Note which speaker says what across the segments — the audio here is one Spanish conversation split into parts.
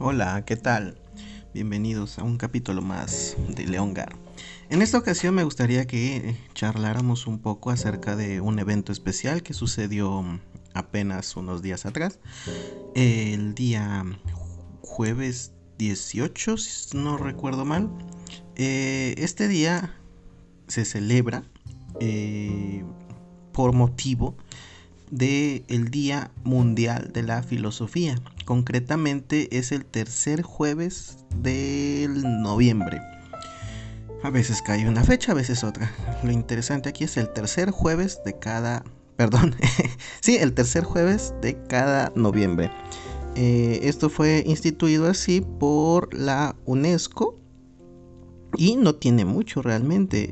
Speaker 1: Hola, ¿qué tal? Bienvenidos a un capítulo más de Leongar. En esta ocasión me gustaría que charláramos un poco acerca de un evento especial que sucedió apenas unos días atrás. El día jueves 18, si no recuerdo mal. Este día se celebra eh, por motivo del Día Mundial de la Filosofía. Concretamente es el tercer jueves del noviembre. A veces cae una fecha, a veces otra. Lo interesante aquí es el tercer jueves de cada... Perdón, sí, el tercer jueves de cada noviembre. Esto fue instituido así por la UNESCO y no tiene mucho realmente.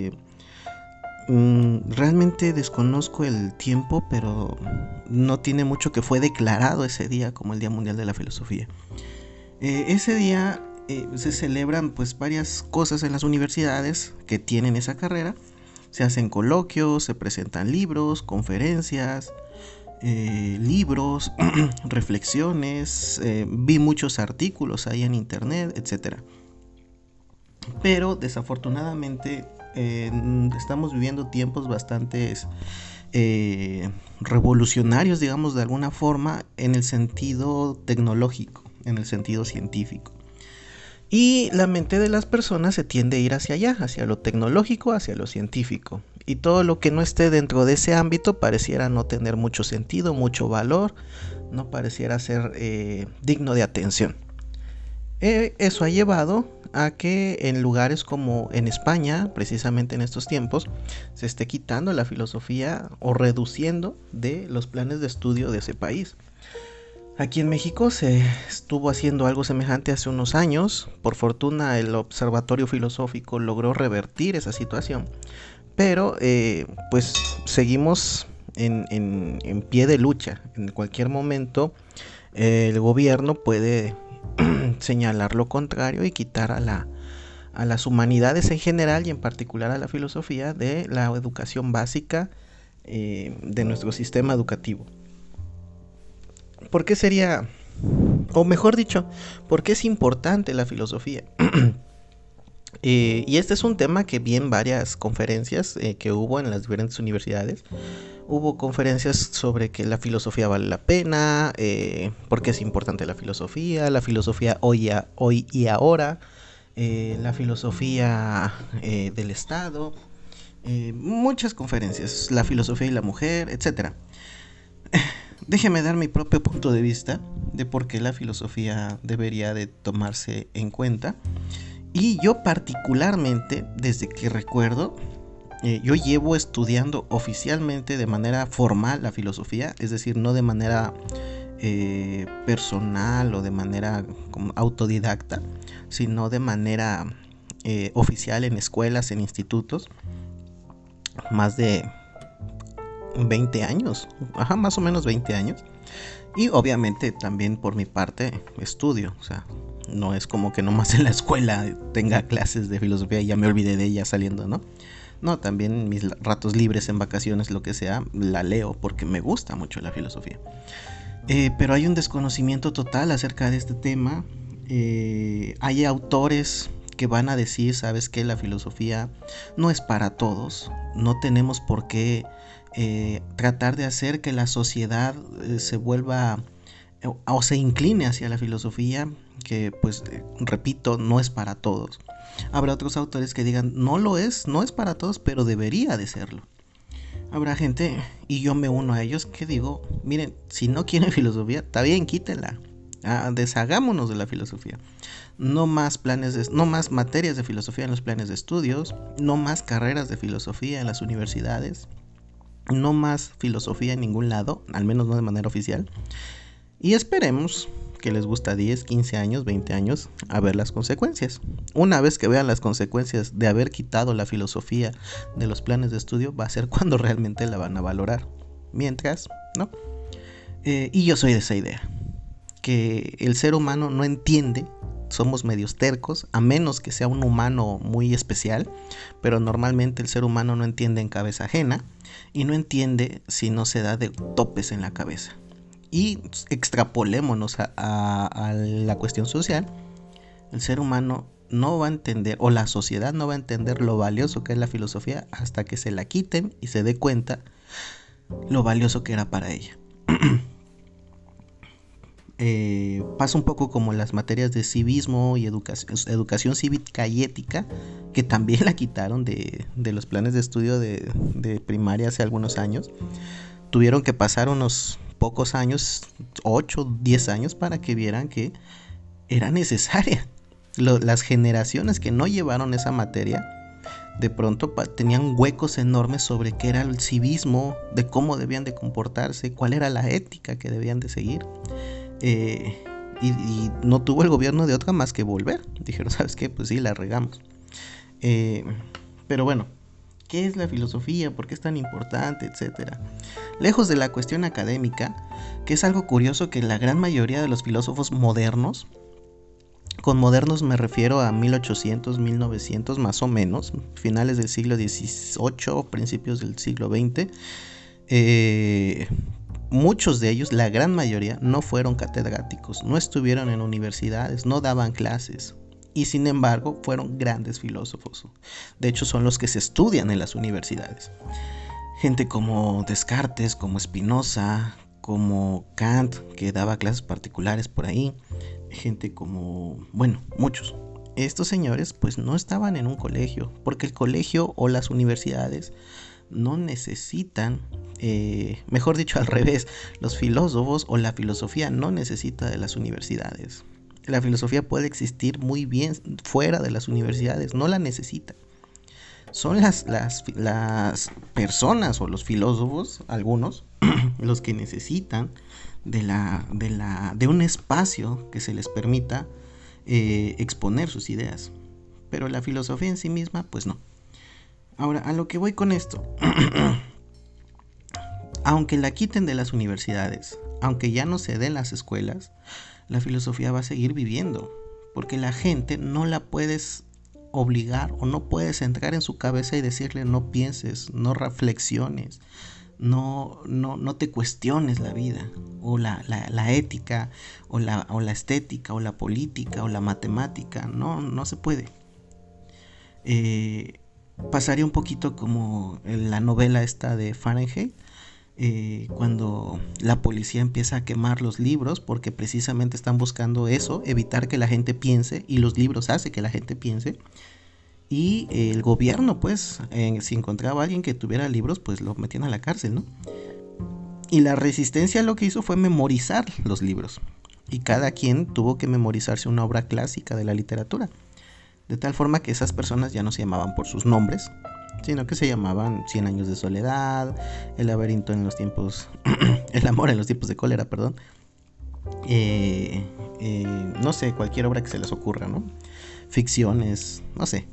Speaker 1: Realmente desconozco el tiempo, pero no tiene mucho que fue declarado ese día como el Día Mundial de la Filosofía. Ese día se celebran pues varias cosas en las universidades que tienen esa carrera. Se hacen coloquios, se presentan libros, conferencias, libros, reflexiones, vi muchos artículos ahí en internet, etcétera. Pero desafortunadamente estamos viviendo tiempos bastante revolucionarios, digamos, de alguna forma, en el sentido tecnológico, en el sentido científico. Y la mente de las personas se tiende a ir hacia allá, hacia lo tecnológico, hacia lo científico. Y todo lo que no esté dentro de ese ámbito pareciera no tener mucho sentido, mucho valor, no pareciera ser digno de atención. Eso ha llevado a que en lugares como en España, precisamente en estos tiempos, se esté quitando la filosofía o reduciendo de los planes de estudio de ese país. Aquí en México se estuvo haciendo algo semejante hace unos años. Por fortuna el Observatorio Filosófico logró revertir esa situación. Pero pues seguimos en pie de lucha. En cualquier momento el gobierno puede señalar lo contrario y quitar a las humanidades en general y en particular a la filosofía de la educación básica de nuestro sistema educativo. ¿Por qué sería, o mejor dicho, por qué es importante la filosofía? Y este es un tema que vi en varias conferencias que hubo en las diferentes universidades. Hubo conferencias sobre que la filosofía vale la pena, por qué es importante la filosofía hoy y ahora, la filosofía del Estado, muchas conferencias, la filosofía y la mujer, etcétera. Déjeme dar mi propio punto de vista de por qué la filosofía debería de tomarse en cuenta. Y yo particularmente, desde que recuerdo, yo llevo estudiando oficialmente de manera formal la filosofía, es decir, no de manera personal o de manera como autodidacta, sino de manera oficial en escuelas, en institutos, más de 20 años, ajá, más o menos 20 años. Y obviamente también por mi parte estudio, o sea, no es como que nomás en la escuela tenga clases de filosofía y ya me olvidé de ella saliendo, ¿no? No, también en mis ratos libres, en vacaciones, lo que sea, la leo porque me gusta mucho la filosofía. Pero hay un desconocimiento total acerca de este tema. Hay autores que van a decir, sabes que la filosofía no es para todos, no tenemos por qué tratar de hacer que la sociedad se vuelva o se incline hacia la filosofía, que pues repito, no es para todos. Habrá otros autores que digan, no es para todos, pero debería de serlo. Habrá gente, y yo me uno a ellos, que digo, miren, si no quieren filosofía, está bien, quítela. Deshagámonos de la filosofía. No más materias de filosofía en los planes de estudios, no más carreras de filosofía en las universidades, no más filosofía en ningún lado, al menos no de manera oficial. Y esperemos que les gusta 10, 15 años, 20 años a ver las consecuencias. Una vez que vean las consecuencias de haber quitado la filosofía de los planes de estudio, va a ser cuando realmente la van a valorar. Mientras, ¿no? Y yo soy de esa idea, que el ser humano no entiende, somos medios tercos, a menos que sea un humano muy especial, pero normalmente el ser humano no entiende en cabeza ajena y no entiende si no se da de topes en la cabeza. Y extrapolémonos a la cuestión social. El ser humano no va a entender, o la sociedad no va a entender lo valioso que es la filosofía hasta que se la quiten y se dé cuenta lo valioso que era para ella. Pasa un poco como las materias de civismo y educación cívica y ética, que también la quitaron de los planes de estudio de primaria hace algunos años. Tuvieron que pasar unos pocos años, 8, 10 años, para que vieran que era necesaria. Las generaciones que no llevaron esa materia de pronto tenían huecos enormes sobre qué era el civismo, de cómo debían de comportarse, cuál era la ética que debían de seguir. Y no tuvo el gobierno de otra más que volver. Dijeron, ¿sabes qué? Pues sí, la regamos. Pero bueno, ¿qué es la filosofía? ¿Por qué es tan importante? Etcétera. Lejos de la cuestión académica, que es algo curioso que la gran mayoría de los filósofos modernos, con modernos me refiero a 1800, 1900 más o menos, finales del siglo XVIII, principios del siglo XX, muchos de ellos, la gran mayoría, no fueron catedráticos, no estuvieron en universidades, no daban clases. Y sin embargo fueron grandes filósofos. De hecho son los que se estudian en las universidades. Gente como Descartes, como Spinoza, como Kant, que daba clases particulares por ahí. Gente como, bueno, muchos. Estos señores pues no estaban en un colegio, porque el colegio o las universidades no necesitan, mejor dicho al revés, los filósofos o la filosofía no necesita de las universidades. La filosofía puede existir muy bien fuera de las universidades, no la necesita. Son las personas o los filósofos, algunos, los que necesitan de un espacio que se les permita exponer sus ideas. Pero la filosofía en sí misma, pues no. Ahora, a lo que voy con esto, aunque la quiten de las universidades, aunque ya no se den las escuelas, la filosofía va a seguir viviendo, porque la gente no la puedes obligar o no puedes entrar en su cabeza y decirle no pienses, no reflexiones, no te cuestiones la vida, o la ética, o la estética, o la política, o la matemática. No se puede. Pasaría un poquito como en la novela esta de Fahrenheit, cuando la policía empieza a quemar los libros porque precisamente están buscando eso, evitar que la gente piense, y los libros hacen que la gente piense. Y el gobierno, pues, si encontraba a alguien que tuviera libros, pues lo metían a la cárcel, ¿no? Y la resistencia lo que hizo fue memorizar los libros. Y cada quien tuvo que memorizarse una obra clásica de la literatura. De tal forma que esas personas ya no se llamaban por sus nombres, sino que se llamaban 100 años de soledad, El laberinto en los tiempos, El amor en los tiempos de cólera, perdón. No sé, cualquier obra que se les ocurra, ¿no? Ficciones, no sé.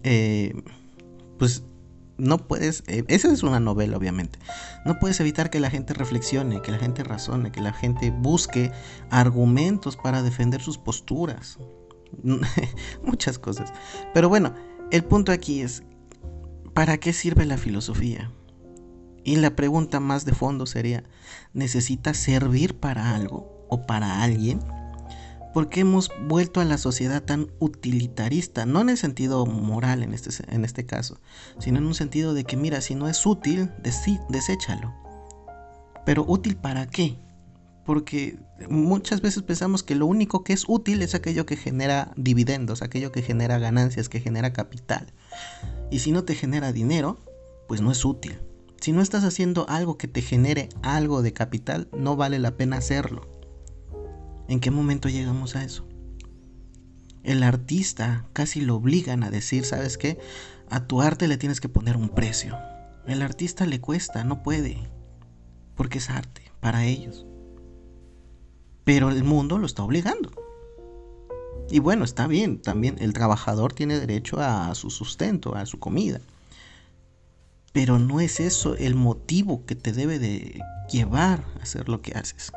Speaker 1: Pues no puedes, esa es una novela obviamente, no puedes evitar que la gente reflexione, que la gente razone, que la gente busque argumentos para defender sus posturas. Muchas cosas. Pero bueno, el punto aquí es, ¿para qué sirve la filosofía? Y la pregunta más de fondo sería, ¿necesita servir para algo o para alguien? ¿Por qué hemos vuelto a la sociedad tan utilitarista? No en el sentido moral en este caso, sino en un sentido de que, mira, si no es útil, deséchalo. ¿Pero útil para qué? Porque muchas veces pensamos que lo único que es útil es aquello que genera dividendos, aquello que genera ganancias, que genera capital. Y si no te genera dinero, pues no es útil. Si no estás haciendo algo que te genere algo de capital, no vale la pena hacerlo. ¿En qué momento llegamos a eso? El artista casi lo obligan a decir, ¿sabes qué? A tu arte le tienes que poner un precio. El artista le cuesta, no puede, porque es arte para ellos. Pero el mundo lo está obligando. Y bueno, está bien, también el trabajador tiene derecho a su sustento, a su comida. Pero no es eso el motivo que te debe de llevar a hacer lo que haces.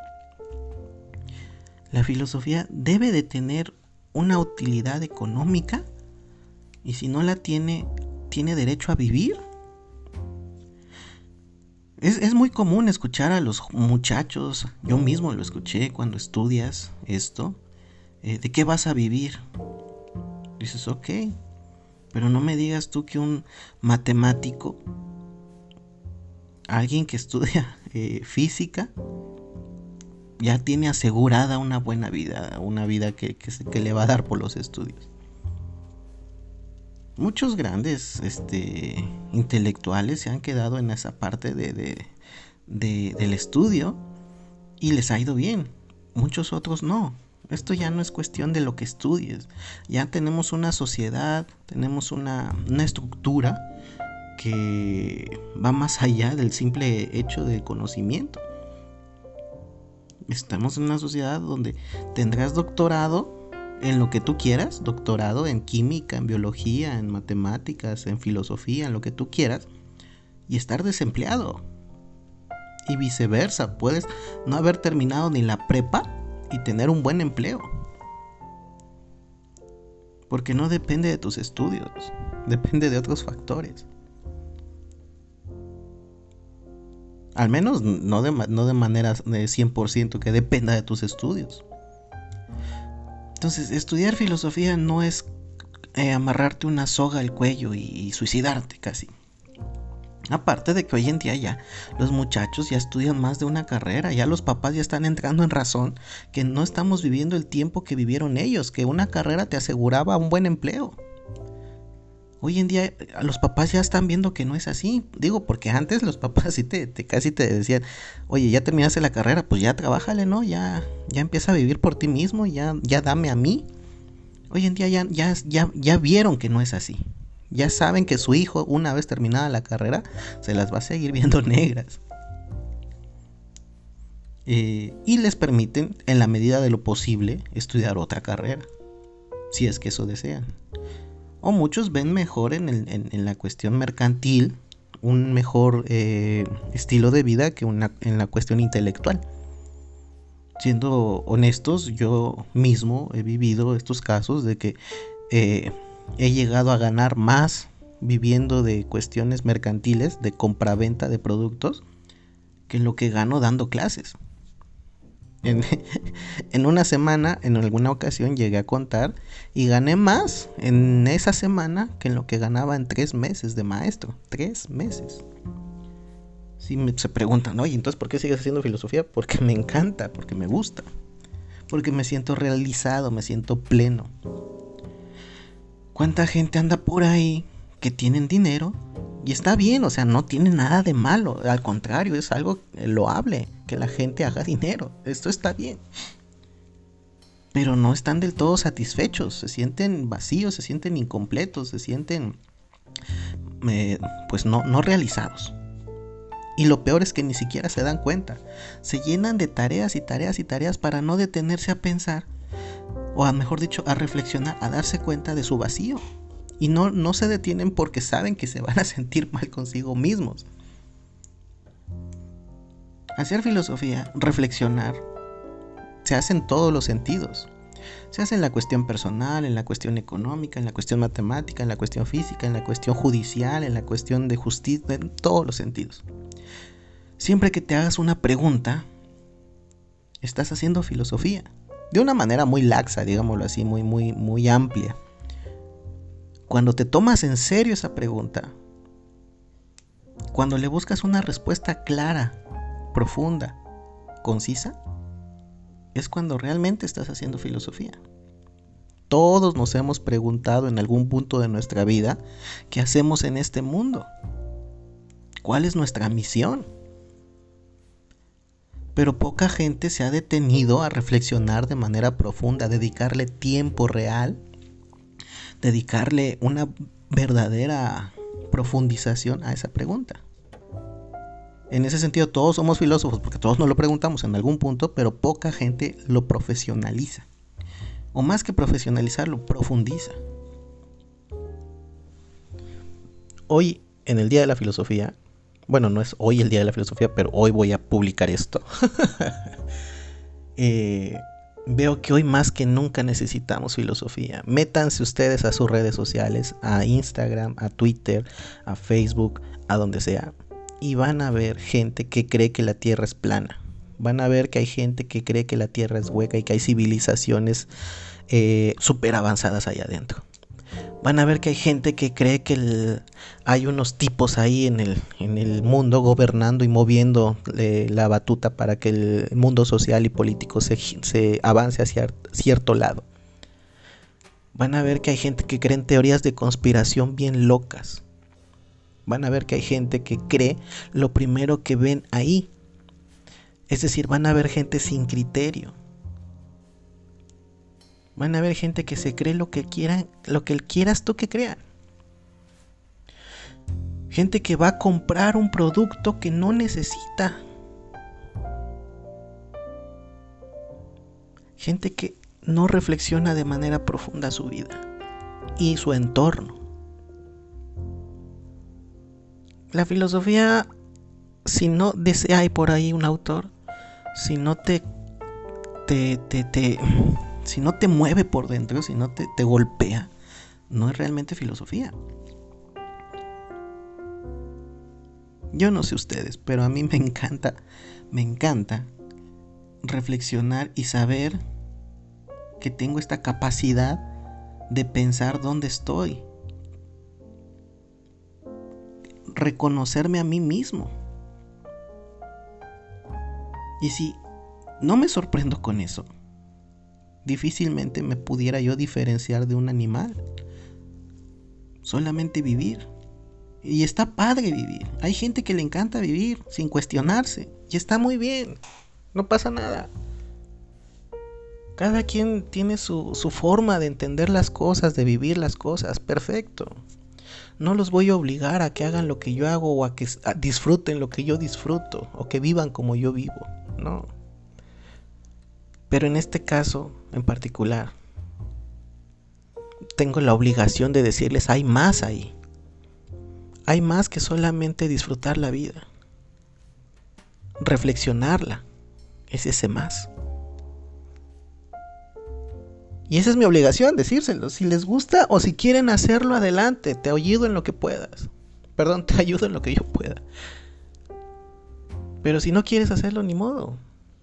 Speaker 1: La filosofía debe de tener una utilidad económica, y si no la tiene, ¿tiene derecho a vivir? Es muy común escuchar a los muchachos, yo mismo lo escuché cuando estudias esto, ¿de qué vas a vivir? Dices, ok, pero no me digas tú que un matemático, alguien que estudia física, ya tiene asegurada una buena vida, una vida que le va a dar por los estudios. Muchos grandes intelectuales se han quedado en esa parte del estudio y les ha ido bien. Muchos otros no. Esto ya no es cuestión de lo que estudies. Ya tenemos una sociedad, tenemos una estructura que va más allá del simple hecho del conocimiento. Estamos en una sociedad donde tendrás doctorado en lo que tú quieras, doctorado en química, en biología, en matemáticas, en filosofía, en lo que tú quieras, y estar desempleado. Y viceversa, puedes no haber terminado ni la prepa y tener un buen empleo. Porque no depende de tus estudios, depende de otros factores. Al menos no de manera de 100% que dependa de tus estudios. Entonces, estudiar filosofía no es amarrarte una soga al cuello y suicidarte casi. Aparte de que hoy en día ya los muchachos ya estudian más de una carrera, ya los papás ya están entrando en razón que no estamos viviendo el tiempo que vivieron ellos, que una carrera te aseguraba un buen empleo. Hoy en día los papás ya están viendo que no es así. Digo, porque antes los papás sí casi te decían, oye, ya terminaste la carrera, pues ya trabájale, ¿no? Ya empieza a vivir por ti mismo, ya dame a mí. Hoy en día ya vieron que no es así. Ya saben que su hijo, una vez terminada la carrera, se las va a seguir viendo negras. Y les permiten, en la medida de lo posible, estudiar otra carrera, si es que eso desean. O muchos ven mejor en la cuestión mercantil un mejor estilo de vida que en la cuestión intelectual. Siendo honestos, yo mismo he vivido estos casos de que he llegado a ganar más viviendo de cuestiones mercantiles, de compra-venta de productos, que lo que gano dando clases. En una semana, en alguna ocasión llegué a contar y gané más en esa semana que en lo que ganaba en 3 meses de maestro. 3 meses. Si se preguntan, oye, entonces ¿por qué sigues haciendo filosofía? Porque me encanta, porque me gusta, porque me siento realizado, me siento pleno. ¿Cuánta gente anda por ahí que tienen dinero? Y está bien, o sea, no tiene nada de malo. Al contrario, es algo loable que la gente haga dinero. Esto está bien. Pero no están del todo satisfechos. Se sienten vacíos, se sienten incompletos, se sienten pues no realizados. Y lo peor es que ni siquiera se dan cuenta. Se llenan de tareas y tareas y tareas para no detenerse a pensar, o mejor dicho, a reflexionar, a darse cuenta de su vacío. Y no se detienen porque saben que se van a sentir mal consigo mismos. Hacer filosofía, reflexionar, se hace en todos los sentidos. Se hace en la cuestión personal, en la cuestión económica, en la cuestión matemática, en la cuestión física, en la cuestión judicial, en la cuestión de justicia, en todos los sentidos. Siempre que te hagas una pregunta, estás haciendo filosofía. De una manera muy laxa, digámoslo así, muy amplia. Cuando te tomas en serio esa pregunta, cuando le buscas una respuesta clara, profunda, concisa, es cuando realmente estás haciendo filosofía. Todos nos hemos preguntado en algún punto de nuestra vida, ¿qué hacemos en este mundo? ¿Cuál es nuestra misión? Pero poca gente se ha detenido a reflexionar de manera profunda, dedicarle tiempo real, dedicarle una verdadera profundización a esa pregunta. En ese sentido, todos somos filósofos porque todos nos lo preguntamos en algún punto, pero poca gente lo profesionaliza. O más que profesionalizarlo, profundiza. Hoy, en el Día de la Filosofía, bueno, no es hoy el Día de la Filosofía, pero hoy voy a publicar esto. Veo que hoy más que nunca necesitamos filosofía. Métanse ustedes a sus redes sociales, a Instagram, a Twitter, a Facebook, a donde sea, y van a ver gente que cree que la Tierra es plana. Van a ver que hay gente que cree que la Tierra es hueca y que hay civilizaciones súper avanzadas allá adentro. Van a ver que hay gente que cree que hay unos tipos ahí en el mundo gobernando y moviendo la batuta para que el mundo social y político se avance hacia cierto lado. Van a ver que hay gente que cree en teorías de conspiración bien locas. Van a ver que hay gente que cree lo primero que ven ahí. Es decir, van a ver gente sin criterio. Van a ver gente que se cree lo que quieras tú que crean. Gente que va a comprar un producto que no necesita. Gente que no reflexiona de manera profunda su vida y su entorno. La filosofía, si no desea, hay por ahí un autor, si no si no te mueve por dentro, si no te golpea, no es realmente filosofía. Yo no sé ustedes, pero a mí me encanta reflexionar y saber que tengo esta capacidad de pensar dónde estoy, reconocerme a mí mismo. Y si no me sorprendo con eso, difícilmente me pudiera yo diferenciar de un animal. Solamente vivir. Y está padre vivir. Hay gente que le encanta vivir sin cuestionarse. Y está muy bien. No pasa nada. Cada quien tiene su forma de entender las cosas, de vivir las cosas. Perfecto. No los voy a obligar a que hagan lo que yo hago o a que disfruten lo que yo disfruto o que vivan como yo vivo. No. Pero en este caso en particular, tengo la obligación de decirles, hay más ahí. Hay más que solamente disfrutar la vida. Reflexionarla es ese más. Y esa es mi obligación, decírselo. Si les gusta o si quieren hacerlo, adelante. Te ayudo en lo que puedas. Perdón, te ayudo en lo que yo pueda. Pero si no quieres hacerlo, ni modo.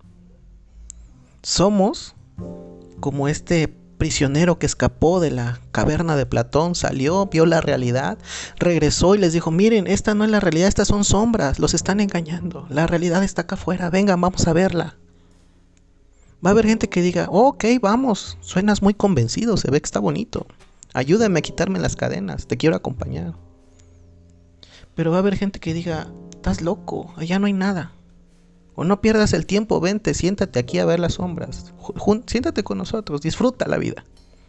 Speaker 1: Somos como este prisionero que escapó de la caverna de Platón, salió, vio la realidad, regresó y les dijo, miren, esta no es la realidad, estas son sombras, los están engañando, la realidad está acá afuera, vengan, vamos a verla. Va a haber gente que diga, ok, vamos, suenas muy convencido, se ve que está bonito, ayúdame a quitarme las cadenas, te quiero acompañar. Pero va a haber gente que diga, estás loco, allá no hay nada. O no pierdas el tiempo, vente, siéntate aquí a ver las sombras. Siéntate con nosotros, disfruta la vida.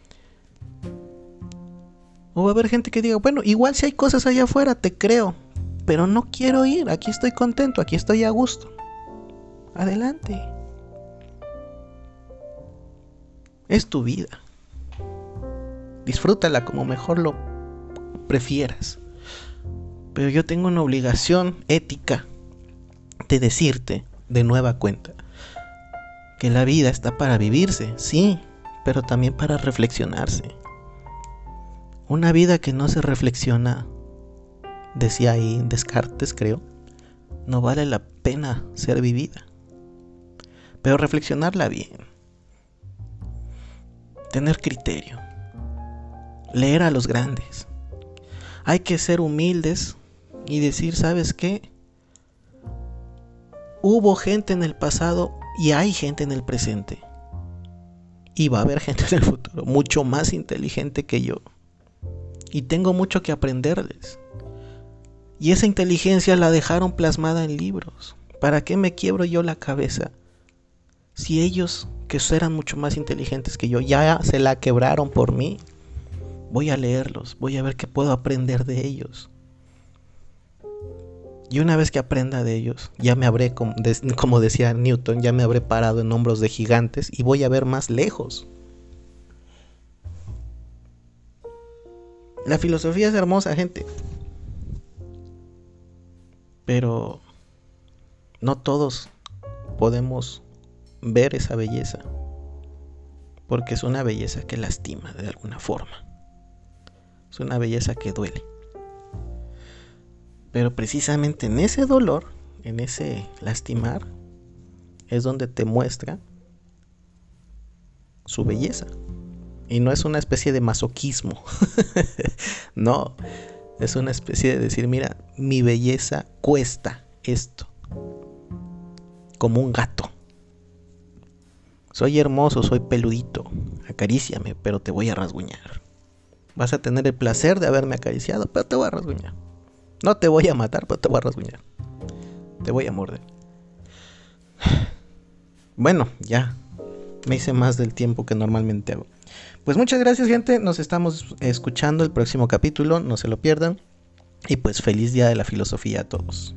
Speaker 1: O va a haber gente que diga, bueno, igual si hay cosas allá afuera, te creo, pero no quiero ir, aquí estoy contento, aquí estoy a gusto. Adelante. Es tu vida. Disfrútala como mejor lo prefieras. Pero yo tengo una obligación ética de decirte de nueva cuenta que la vida está para vivirse, sí, pero también para reflexionarse. Una vida que no se reflexiona, decía ahí Descartes, creo, no vale la pena ser vivida. Pero reflexionarla bien, tener criterio, leer a los grandes. Hay que ser humildes y decir, ¿sabes qué? Hubo gente en el pasado y hay gente en el presente. Y va a haber gente en el futuro mucho más inteligente que yo. Y tengo mucho que aprenderles. Y esa inteligencia la dejaron plasmada en libros. ¿Para qué me quiebro yo la cabeza? Si ellos, que eran mucho más inteligentes que yo, ya se la quebraron por mí. Voy a leerlos, voy a ver qué puedo aprender de ellos. Y una vez que aprenda de ellos, ya me habré, como decía Newton, ya me habré parado en hombros de gigantes y voy a ver más lejos. La filosofía es hermosa, gente. Pero no todos podemos ver esa belleza. Porque es una belleza que lastima de alguna forma. Es una belleza que duele. Pero precisamente en ese dolor, en ese lastimar, es donde te muestra su belleza. Y no es una especie de masoquismo. No, es una especie de decir, mira, mi belleza cuesta esto. Como un gato. Soy hermoso, soy peludito. Acaríciame, pero te voy a rasguñar. Vas a tener el placer de haberme acariciado, pero te voy a rasguñar. No te voy a matar, pero te voy a rasguñar. Te voy a morder. Bueno, ya. Me hice más del tiempo que normalmente hago. Pues muchas gracias, gente. Nos estamos escuchando el próximo capítulo. No se lo pierdan. Y pues feliz día de la filosofía a todos.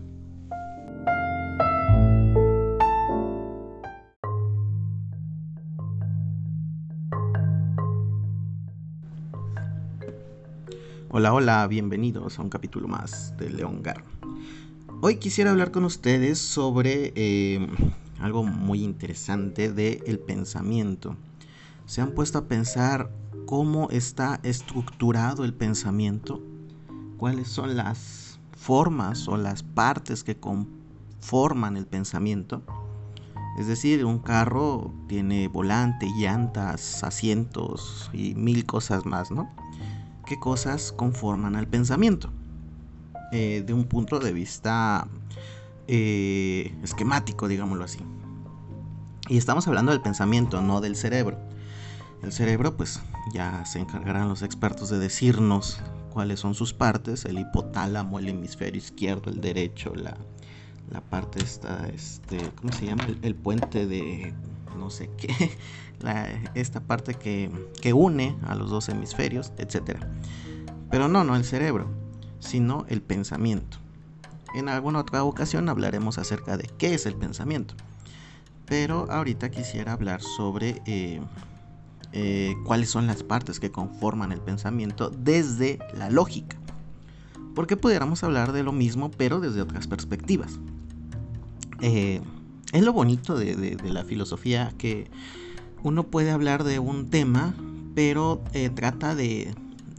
Speaker 1: Hola, hola, bienvenidos a un capítulo más de León Gar. Hoy quisiera hablar con ustedes sobre algo muy interesante del pensamiento. ¿Se han puesto a pensar cómo está estructurado el pensamiento? ¿Cuáles son las formas o las partes que conforman el pensamiento? Es decir, un carro tiene volante, llantas, asientos y mil cosas más, ¿no? ¿Qué cosas conforman al pensamiento? De un punto de vista esquemático, digámoslo así. Y estamos hablando del pensamiento, no del cerebro. El cerebro, pues ya se encargarán los expertos de decirnos cuáles son sus partes: el hipotálamo, el hemisferio izquierdo, el derecho, la parte esta, ¿cómo se llama? El puente de no sé qué, esta parte que une a los dos hemisferios, etc. Pero no el cerebro, sino el pensamiento. En alguna otra ocasión hablaremos acerca de qué es el pensamiento. Pero ahorita quisiera hablar sobre cuáles son las partes que conforman el pensamiento desde la lógica. Porque pudiéramos hablar de lo mismo, pero desde otras perspectivas. Es lo bonito de la filosofía, que uno puede hablar de un tema, pero trata de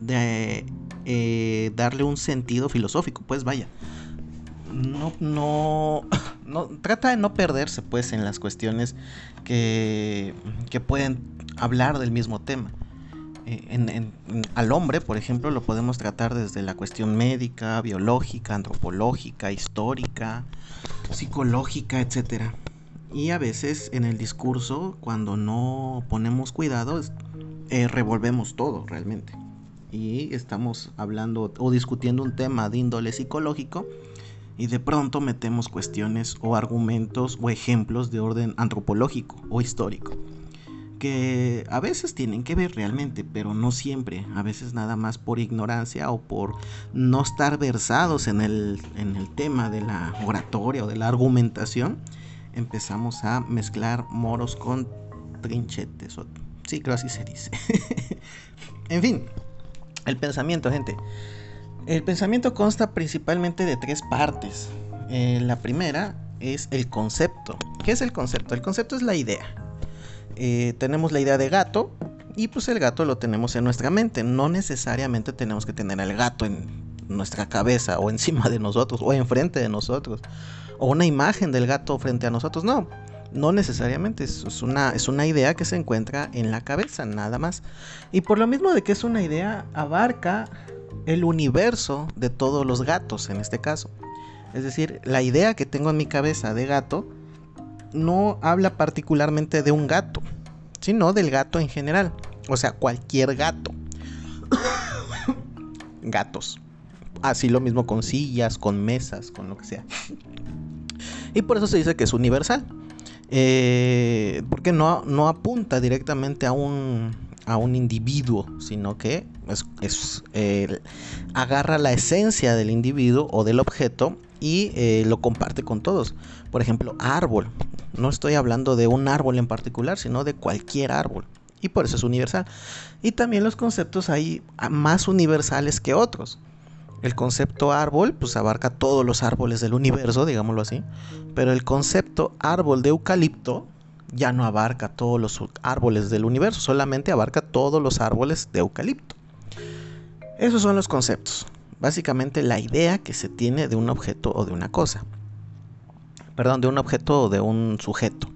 Speaker 1: darle un sentido filosófico, pues vaya. No trata de no perderse, pues, en las cuestiones que pueden hablar del mismo tema. Al hombre, por ejemplo, lo podemos tratar desde la cuestión médica, biológica, antropológica, histórica, psicológica, etcétera. Y a veces en el discurso, cuando no ponemos cuidado, revolvemos todo realmente. Y estamos hablando o discutiendo un tema de índole psicológico, y de pronto metemos cuestiones o argumentos o ejemplos de orden antropológico o histórico, que a veces tienen que ver realmente, pero no siempre. A veces nada más por ignorancia o por no estar versados en el tema de la oratoria o de la argumentación, empezamos a mezclar moros con trinchetes. Sí, creo así se dice. En fin, el pensamiento, gente. El pensamiento consta principalmente de tres partes. La primera es el concepto. ¿Qué es el concepto? El concepto es la idea. Tenemos la idea de gato, y pues el gato lo tenemos en nuestra mente. No necesariamente tenemos que tener al gato en nuestra cabeza o encima de nosotros o enfrente de nosotros, o una imagen del gato frente a nosotros. No necesariamente. Es una idea que se encuentra en la cabeza, nada más. Y por lo mismo de que es una idea, abarca el universo de todos los gatos en este caso. Es decir, la idea que tengo en mi cabeza de gato no habla particularmente de un gato, sino del gato en general. O sea, cualquier gato. Gatos. Así lo mismo con sillas, con mesas, con lo que sea. Y por eso se dice que es universal. Porque no apunta directamente a un individuo, sino que agarra la esencia del individuo o del objeto y lo comparte con todos. Por ejemplo, árbol. No estoy hablando de un árbol en particular, sino de cualquier árbol. Y por eso es universal. Y también los conceptos hay más universales que otros. El concepto árbol pues abarca todos los árboles del universo, digámoslo así. Pero el concepto árbol de eucalipto ya no abarca todos los árboles del universo, solamente abarca todos los árboles de eucalipto. Esos son los conceptos. básicamente la idea que se tiene de un objeto o de una cosa. Perdón, de un objeto o de un sujeto.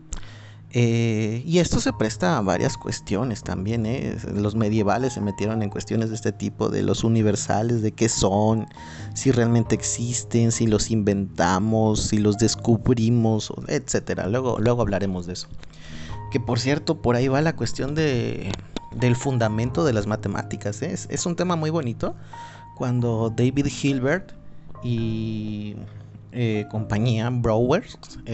Speaker 1: Y esto se presta a varias cuestiones también. Los medievales se metieron en cuestiones de este tipo, de los universales, de qué son, si realmente existen, si los inventamos, si los descubrimos, etcétera. Luego hablaremos de eso. Que por cierto, por ahí va la cuestión del fundamento de las matemáticas. Es un tema muy bonito. Cuando David Hilbert y compañía, Brouwer,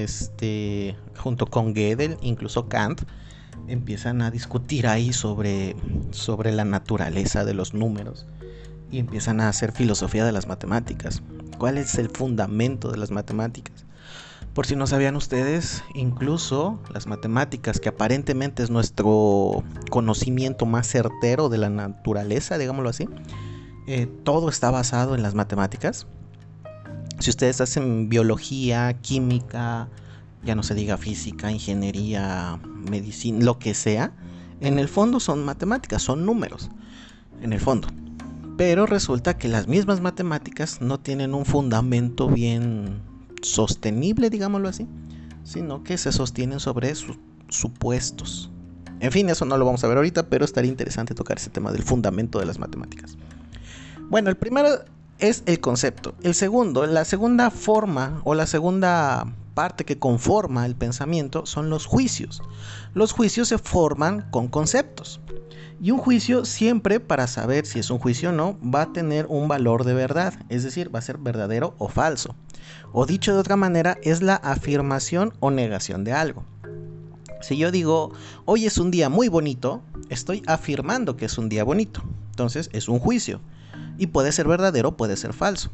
Speaker 1: junto con Gödel, incluso Kant, empiezan a discutir ahí sobre la naturaleza de los números y empiezan a hacer filosofía de las matemáticas. ¿Cuál es el fundamento de las matemáticas? Por si no sabían ustedes, incluso las matemáticas, que aparentemente es nuestro conocimiento más certero de la naturaleza, digámoslo así, todo está basado en las matemáticas. Si ustedes hacen biología, química, ya no se diga física, ingeniería, medicina, lo que sea, en el fondo son matemáticas, son números, en el fondo. Pero resulta que las mismas matemáticas no tienen un fundamento bien sostenible, digámoslo así, sino que se sostienen sobre sus supuestos. En fin, eso no lo vamos a ver ahorita, pero estaría interesante tocar ese tema del fundamento de las matemáticas. Bueno, el primero es el concepto. El segundo, la segunda forma o la segunda parte que conforma el pensamiento son los juicios. Los juicios se forman con conceptos. Y un juicio siempre, para saber si es un juicio o no, va a tener un valor de verdad, es decir, va a ser verdadero o falso. O dicho de otra manera, es la afirmación o negación de algo. Si yo digo, hoy es un día muy bonito, estoy afirmando que es un día bonito. Entonces es un juicio. Y puede ser verdadero, puede ser falso.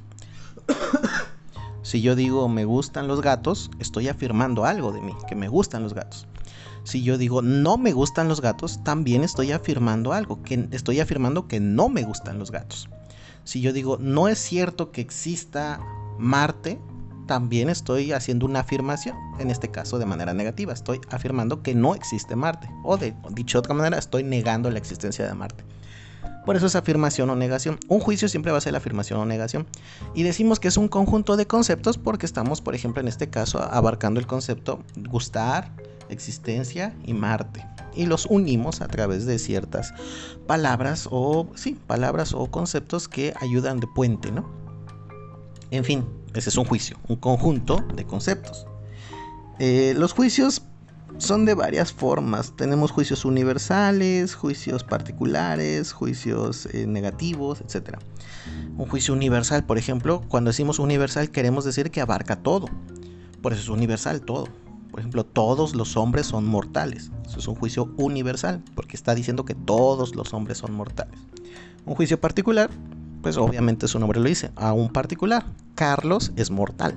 Speaker 1: Si yo digo me gustan los gatos, estoy afirmando algo de mí, que me gustan los gatos. Si yo digo no me gustan los gatos, también estoy afirmando algo, que estoy afirmando que no me gustan los gatos. Si yo digo no es cierto que exista Marte, también estoy haciendo una afirmación, en este caso de manera negativa, estoy afirmando que no existe Marte. O dicho de otra manera, estoy negando la existencia de Marte. Por eso es afirmación o negación. Un juicio siempre va a ser la afirmación o negación. Y decimos que es un conjunto de conceptos porque estamos, por ejemplo, en este caso, abarcando el concepto gustar, existencia y Marte. Y los unimos a través de ciertas palabras o conceptos que ayudan de puente, ¿no? En fin, ese es un juicio, un conjunto de conceptos. Los juicios son de varias formas. Tenemos juicios universales, juicios particulares, juicios negativos, etc. Un juicio universal, por ejemplo, cuando decimos universal queremos decir que abarca todo. Por eso es universal, todo. Por ejemplo, todos los hombres son mortales. Eso es un juicio universal, porque está diciendo que todos los hombres son mortales. Un juicio particular, pues obviamente su nombre lo dice, a un particular. Carlos es mortal.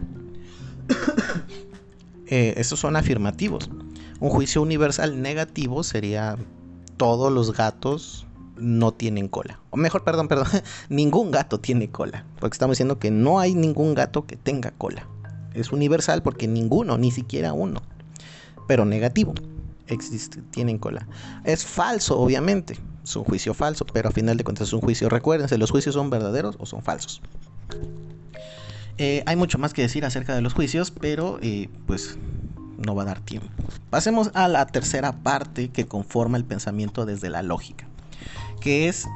Speaker 1: Estos son afirmativos. Un juicio universal negativo sería todos los gatos no tienen cola. O mejor, perdón, ningún gato tiene cola. Porque estamos diciendo que no hay ningún gato que tenga cola. Es universal porque ninguno, ni siquiera uno. Pero negativo, tienen cola. Es falso, obviamente. Es un juicio falso, pero a final de cuentas es un juicio. Recuérdense, ¿los juicios son verdaderos o son falsos? Hay mucho más que decir acerca de los juicios, pero pues no va a dar tiempo. Pasemos a la tercera parte que conforma el pensamiento desde la lógica, que es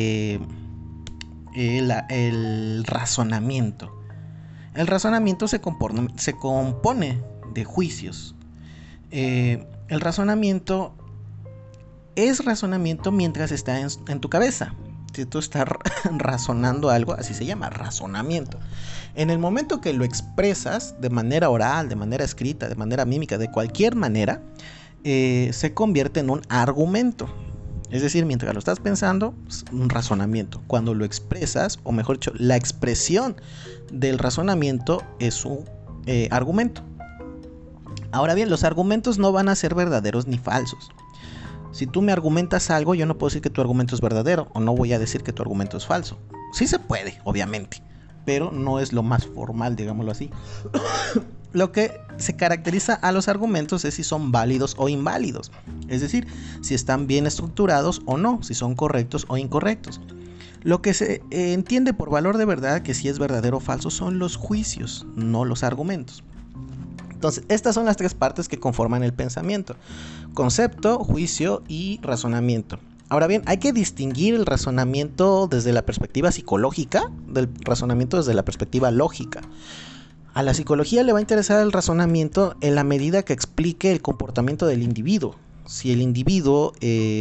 Speaker 1: el razonamiento. El razonamiento se compone de juicios. El razonamiento es razonamiento mientras está en tu cabeza. Si tú estás razonando algo, así se llama, razonamiento. En el momento que lo expresas de manera oral, de manera escrita, de manera mímica, de cualquier manera, se convierte en un argumento. Es decir, mientras lo estás pensando, es un razonamiento. Cuando lo expresas, o mejor dicho, la expresión del razonamiento es un argumento. Ahora bien, los argumentos no van a ser verdaderos ni falsos. Si tú me argumentas algo, yo no puedo decir que tu argumento es verdadero, o no voy a decir que tu argumento es falso. Sí se puede, obviamente, pero no es lo más formal, digámoslo así. Lo que se caracteriza a los argumentos es si son válidos o inválidos. Es decir, si están bien estructurados o no, si son correctos o incorrectos. Lo que se entiende por valor de verdad, que si es verdadero o falso, son los juicios, no los argumentos. Entonces, estas son las tres partes que conforman el pensamiento: concepto, juicio y razonamiento. Ahora bien, hay que distinguir el razonamiento desde la perspectiva psicológica del razonamiento desde la perspectiva lógica. A la psicología le va a interesar el razonamiento en la medida que explique el comportamiento del individuo. Si el individuo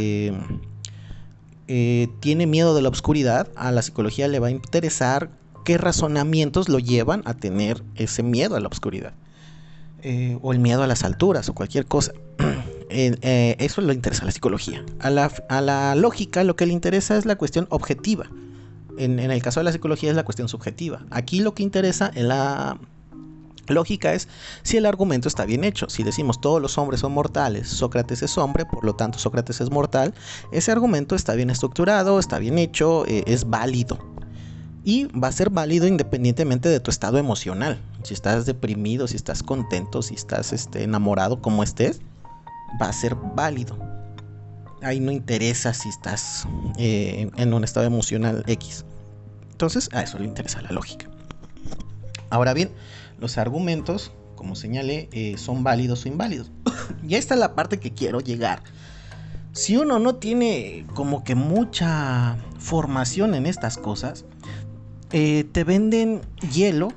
Speaker 1: tiene miedo de la oscuridad, a la psicología le va a interesar qué razonamientos lo llevan a tener ese miedo a la oscuridad. O el miedo a las alturas o cualquier cosa. Eso le interesa a la psicología. A la lógica lo que le interesa es la cuestión objetiva. En el caso de la psicología es la cuestión subjetiva. Aquí lo que interesa en la lógica es si el argumento está bien hecho. Si decimos todos los hombres son mortales, Sócrates es hombre, por lo tanto Sócrates es mortal, ese argumento está bien estructurado, está bien hecho, es válido. Y va a ser válido independientemente de tu estado emocional. Si estás deprimido, si estás contento, si estás enamorado, como estés, va a ser válido. Ahí no interesa si estás en un estado emocional X. Entonces, a eso le interesa la lógica. Ahora bien, los argumentos, como señalé, son válidos o inválidos. Y esta es la parte que quiero llegar. Si uno no tiene como que mucha formación en estas cosas, te venden hielo,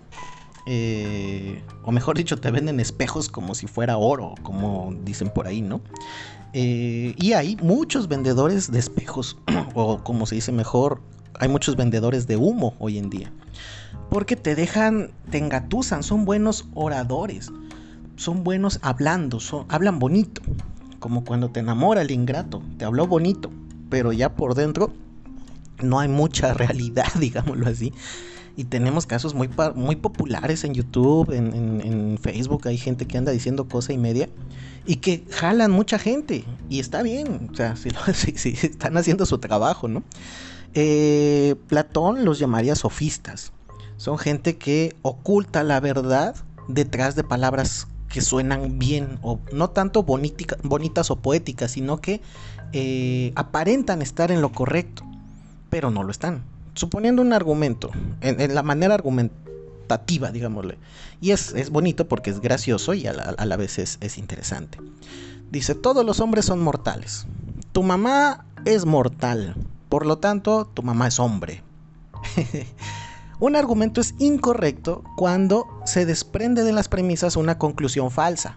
Speaker 1: o mejor dicho, te venden espejos como si fuera oro, como dicen por ahí, ¿no? Y hay muchos vendedores de espejos, o como se dice mejor, hay muchos vendedores de humo hoy en día. Porque te engatusan, son buenos oradores, son buenos hablando, hablan bonito. Como cuando te enamora el ingrato, te habló bonito, pero ya por dentro no hay mucha realidad, digámoslo así. Y tenemos casos muy populares en YouTube, en Facebook. Hay gente que anda diciendo cosa y media y que jalan mucha gente. Y está bien, o sea, si están haciendo su trabajo, ¿no? Platón los llamaría sofistas. Son gente que oculta la verdad detrás de palabras que suenan bien, o no tanto bonitas o poéticas, sino que aparentan estar en lo correcto, pero no lo están. Suponiendo un argumento, en la manera argumentativa, digámosle. Y es bonito porque es gracioso y a la vez es interesante. Dice, todos los hombres son mortales. Tu mamá es mortal, por lo tanto, tu mamá es hombre. Un argumento es incorrecto cuando se desprende de las premisas una conclusión falsa.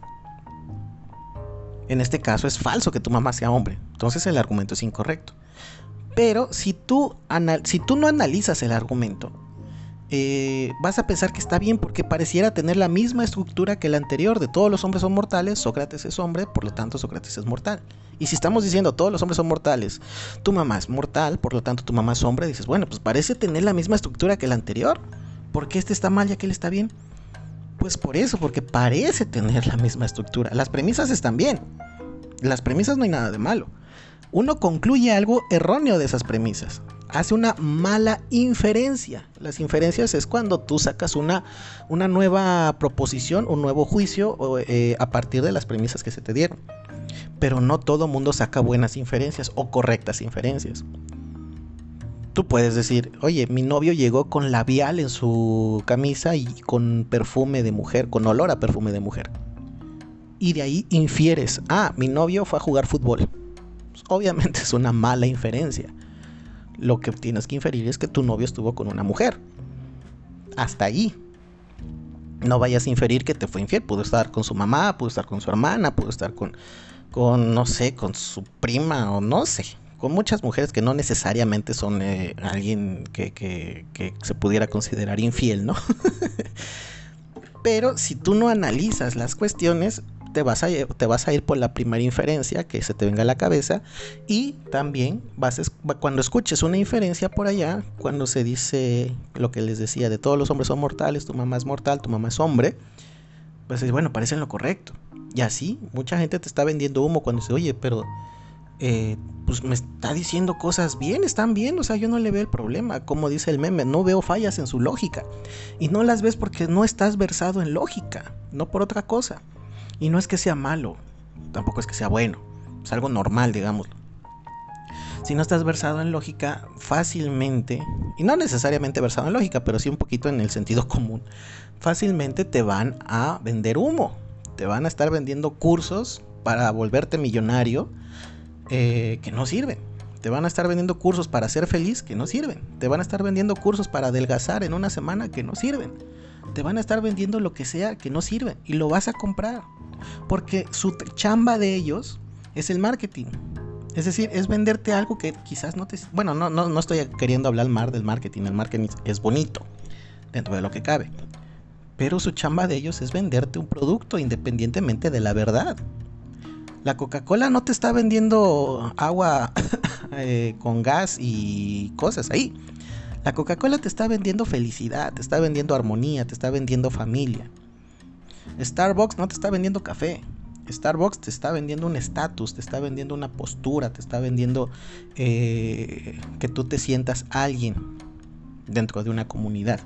Speaker 1: En este caso es falso que tu mamá sea hombre, entonces el argumento es incorrecto. Pero si tú no analizas el argumento, vas a pensar que está bien porque pareciera tener la misma estructura que el anterior de todos los hombres son mortales, Sócrates es hombre, por lo tanto Sócrates es mortal. Y si estamos diciendo todos los hombres son mortales, tu mamá es mortal, por lo tanto tu mamá es hombre, dices, bueno, pues parece tener la misma estructura que el anterior. ¿Por qué este está mal y aquel está bien? Pues por eso, porque parece tener la misma estructura. Las premisas están bien. Las premisas no hay nada de malo. Uno concluye algo erróneo de esas premisas. Hace una mala inferencia. Las inferencias es cuando tú sacas una nueva proposición, un nuevo juicio a partir de las premisas que se te dieron. Pero no todo mundo saca buenas inferencias o correctas inferencias. Tú puedes decir, oye, mi novio llegó con labial en su camisa y con perfume de mujer, con olor a perfume de mujer. Y de ahí infieres, mi novio fue a jugar fútbol. Pues obviamente es una mala inferencia. Lo que tienes que inferir es que tu novio estuvo con una mujer. Hasta ahí. No vayas a inferir que te fue infiel. Pudo estar con su mamá, pudo estar con su hermana, pudo estar con no sé, con su prima o no sé. Con muchas mujeres que no necesariamente son alguien que se pudiera considerar infiel, ¿no? Pero si tú no analizas las cuestiones, te vas a ir por la primera inferencia que se te venga a la cabeza. Y también cuando escuches una inferencia por allá, cuando se dice lo que les decía de todos los hombres son mortales, tu mamá es mortal, tu mamá es hombre, pues bueno, parece en lo correcto. Y así, mucha gente te está vendiendo humo cuando dice, oye, pero pues me está diciendo cosas bien, están bien, o sea, yo no le veo el problema. Como dice el meme, no veo fallas en su lógica. Y no las ves porque no estás versado en lógica, no por otra cosa. Y no es que sea malo, tampoco es que sea bueno, es algo normal, digámoslo. Si no estás versado en lógica, fácilmente, y no necesariamente versado en lógica, pero sí un poquito en el sentido común, fácilmente te van a vender humo. Te van a estar vendiendo cursos para volverte millonario que no sirven. Te van a estar vendiendo cursos para ser feliz que no sirven. Te van a estar vendiendo cursos para adelgazar en una semana que no sirven. Te van a estar vendiendo lo que sea que no sirve y lo vas a comprar. Porque su chamba de ellos es el marketing. Es decir, es venderte algo que quizás no te... Bueno, no estoy queriendo hablar mal del marketing. El marketing es bonito dentro de lo que cabe. Pero su chamba de ellos es venderte un producto independientemente de la verdad. La Coca-Cola no te está vendiendo agua con gas y cosas ahí. La Coca-Cola te está vendiendo felicidad, te está vendiendo armonía, te está vendiendo familia. Starbucks no te está vendiendo café. Starbucks te está vendiendo un estatus, te está vendiendo una postura, te está vendiendo que tú te sientas alguien dentro de una comunidad.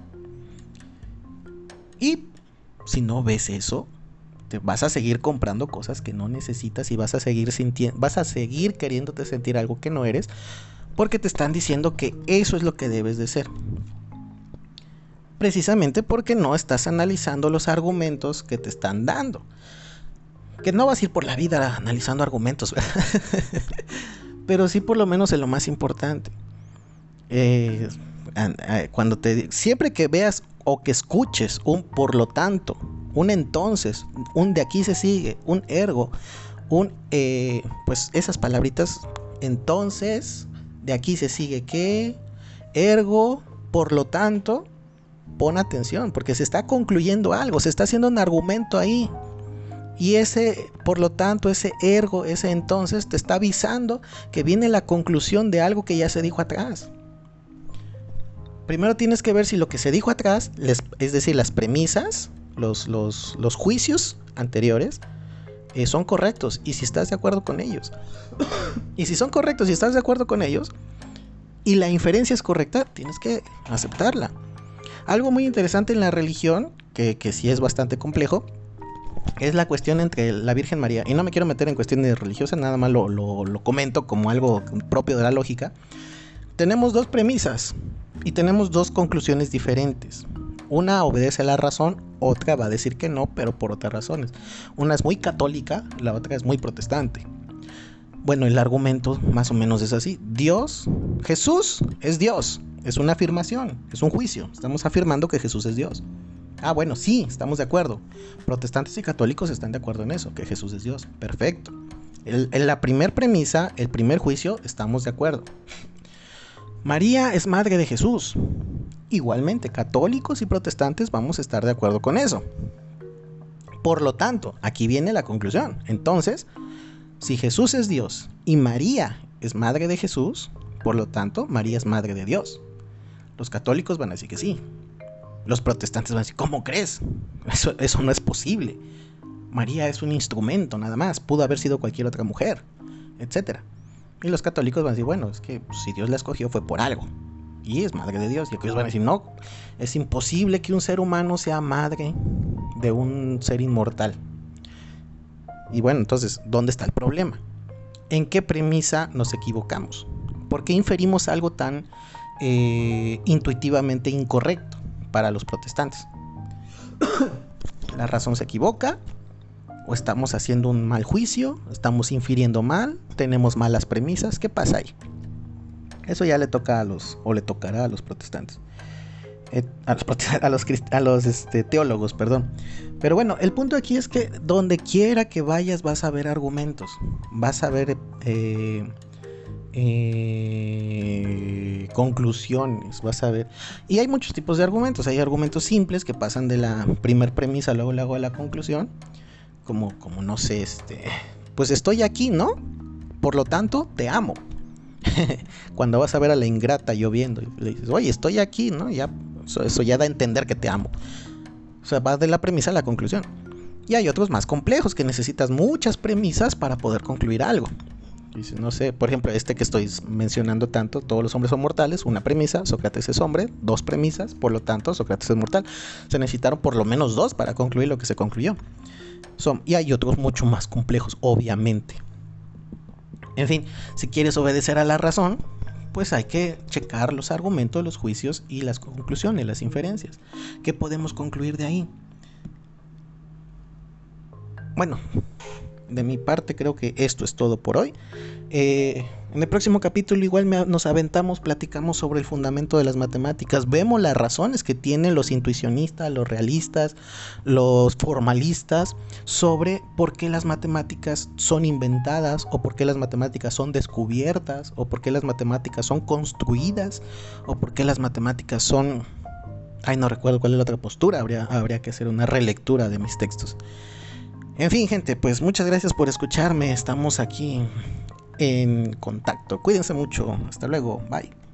Speaker 1: Y si no ves eso, te vas a seguir comprando cosas que no necesitas y vas a seguir queriéndote sentir algo que no eres, porque te están diciendo que eso es lo que debes de ser. Precisamente porque no estás analizando los argumentos que te están dando. Que no vas a ir por la vida analizando argumentos, ¿verdad? Pero sí por lo menos en lo más importante. Siempre que veas o que escuches un por lo tanto, un entonces, un de aquí se sigue, un ergo, pues esas palabritas, entonces, de aquí se sigue que, ergo, por lo tanto, pon atención, porque se está concluyendo algo, se está haciendo un argumento ahí. Y ese, por lo tanto, ese ergo, ese entonces, te está avisando que viene la conclusión de algo que ya se dijo atrás. Primero tienes que ver si lo que se dijo atrás, es decir, las premisas, los juicios anteriores, son correctos y si estás de acuerdo con ellos. Y si son correctos y estás de acuerdo con ellos y la inferencia es correcta, tienes que aceptarla. Algo muy interesante en la religión, que sí es bastante complejo, es la cuestión entre la Virgen María. Y no me quiero meter en cuestiones religiosas, nada más lo comento como algo propio de la lógica. Tenemos dos premisas y tenemos dos conclusiones diferentes. Una obedece a la razón, otra va a decir que no, pero por otras razones. Una es muy católica, la otra es muy protestante. Bueno, el argumento más o menos es así. Jesús es Dios. Es una afirmación, es un juicio. Estamos afirmando que Jesús es Dios. Ah, bueno, sí, estamos de acuerdo. Protestantes y católicos están de acuerdo en eso, que Jesús es Dios. Perfecto. En la primer premisa, el primer juicio, estamos de acuerdo. María es madre de Jesús. Igualmente, católicos y protestantes vamos a estar de acuerdo con eso. Por lo tanto, aquí viene la conclusión. Entonces, si Jesús es Dios y María es madre de Jesús, por lo tanto, María es madre de Dios. Los católicos van a decir que sí. Los protestantes van a decir, ¿cómo crees? Eso no es posible. María es un instrumento nada más. Pudo haber sido cualquier otra mujer, etc. Y los católicos van a decir, bueno, es que si Dios la escogió fue por algo. Y es madre de Dios. Y aquellos van a decir, no, es imposible que un ser humano sea madre de un ser inmortal. Y bueno, entonces, ¿dónde está el problema? ¿En qué premisa nos equivocamos? ¿Por qué inferimos algo tan intuitivamente incorrecto para los protestantes? ¿La razón se equivoca? ¿O estamos haciendo un mal juicio? ¿Estamos infiriendo mal? ¿Tenemos malas premisas? ¿Qué pasa ahí? Eso ya le toca le tocará a los protestantes. A los teólogos, perdón. Pero bueno, el punto aquí es que donde quiera que vayas vas a ver argumentos. Vas a ver conclusiones, vas a ver. Y hay muchos tipos de argumentos. Hay argumentos simples que pasan de la primer premisa luego a la conclusión. Como no sé, pues estoy aquí, ¿no? Por lo tanto, te amo. Cuando vas a ver a la ingrata lloviendo y le dices, oye, estoy aquí, ¿no? Ya, eso ya da a entender que te amo. O sea, va de la premisa a la conclusión. Y hay otros más complejos que necesitas muchas premisas para poder concluir algo. Dice, no sé, por ejemplo, que estoy mencionando tanto, todos los hombres son mortales, una premisa, Sócrates es hombre, dos premisas, por lo tanto, Sócrates es mortal. Se necesitaron por lo menos dos para concluir lo que se concluyó. Y hay otros mucho más complejos, obviamente. En fin, si quieres obedecer a la razón, pues hay que checar los argumentos, los juicios y las conclusiones, las inferencias. ¿Qué podemos concluir de ahí? Bueno, de mi parte creo que esto es todo por hoy. En el próximo capítulo igual nos aventamos, platicamos sobre el fundamento de las matemáticas, vemos las razones que tienen los intuicionistas, los realistas, los formalistas sobre por qué las matemáticas son inventadas, o por qué las matemáticas son descubiertas, o por qué las matemáticas son construidas, o por qué las matemáticas son... no recuerdo cuál es la otra postura, habría que hacer una relectura de mis textos. En fin, gente, pues muchas gracias por escucharme. Estamos aquí en contacto. Cuídense mucho. Hasta luego. Bye.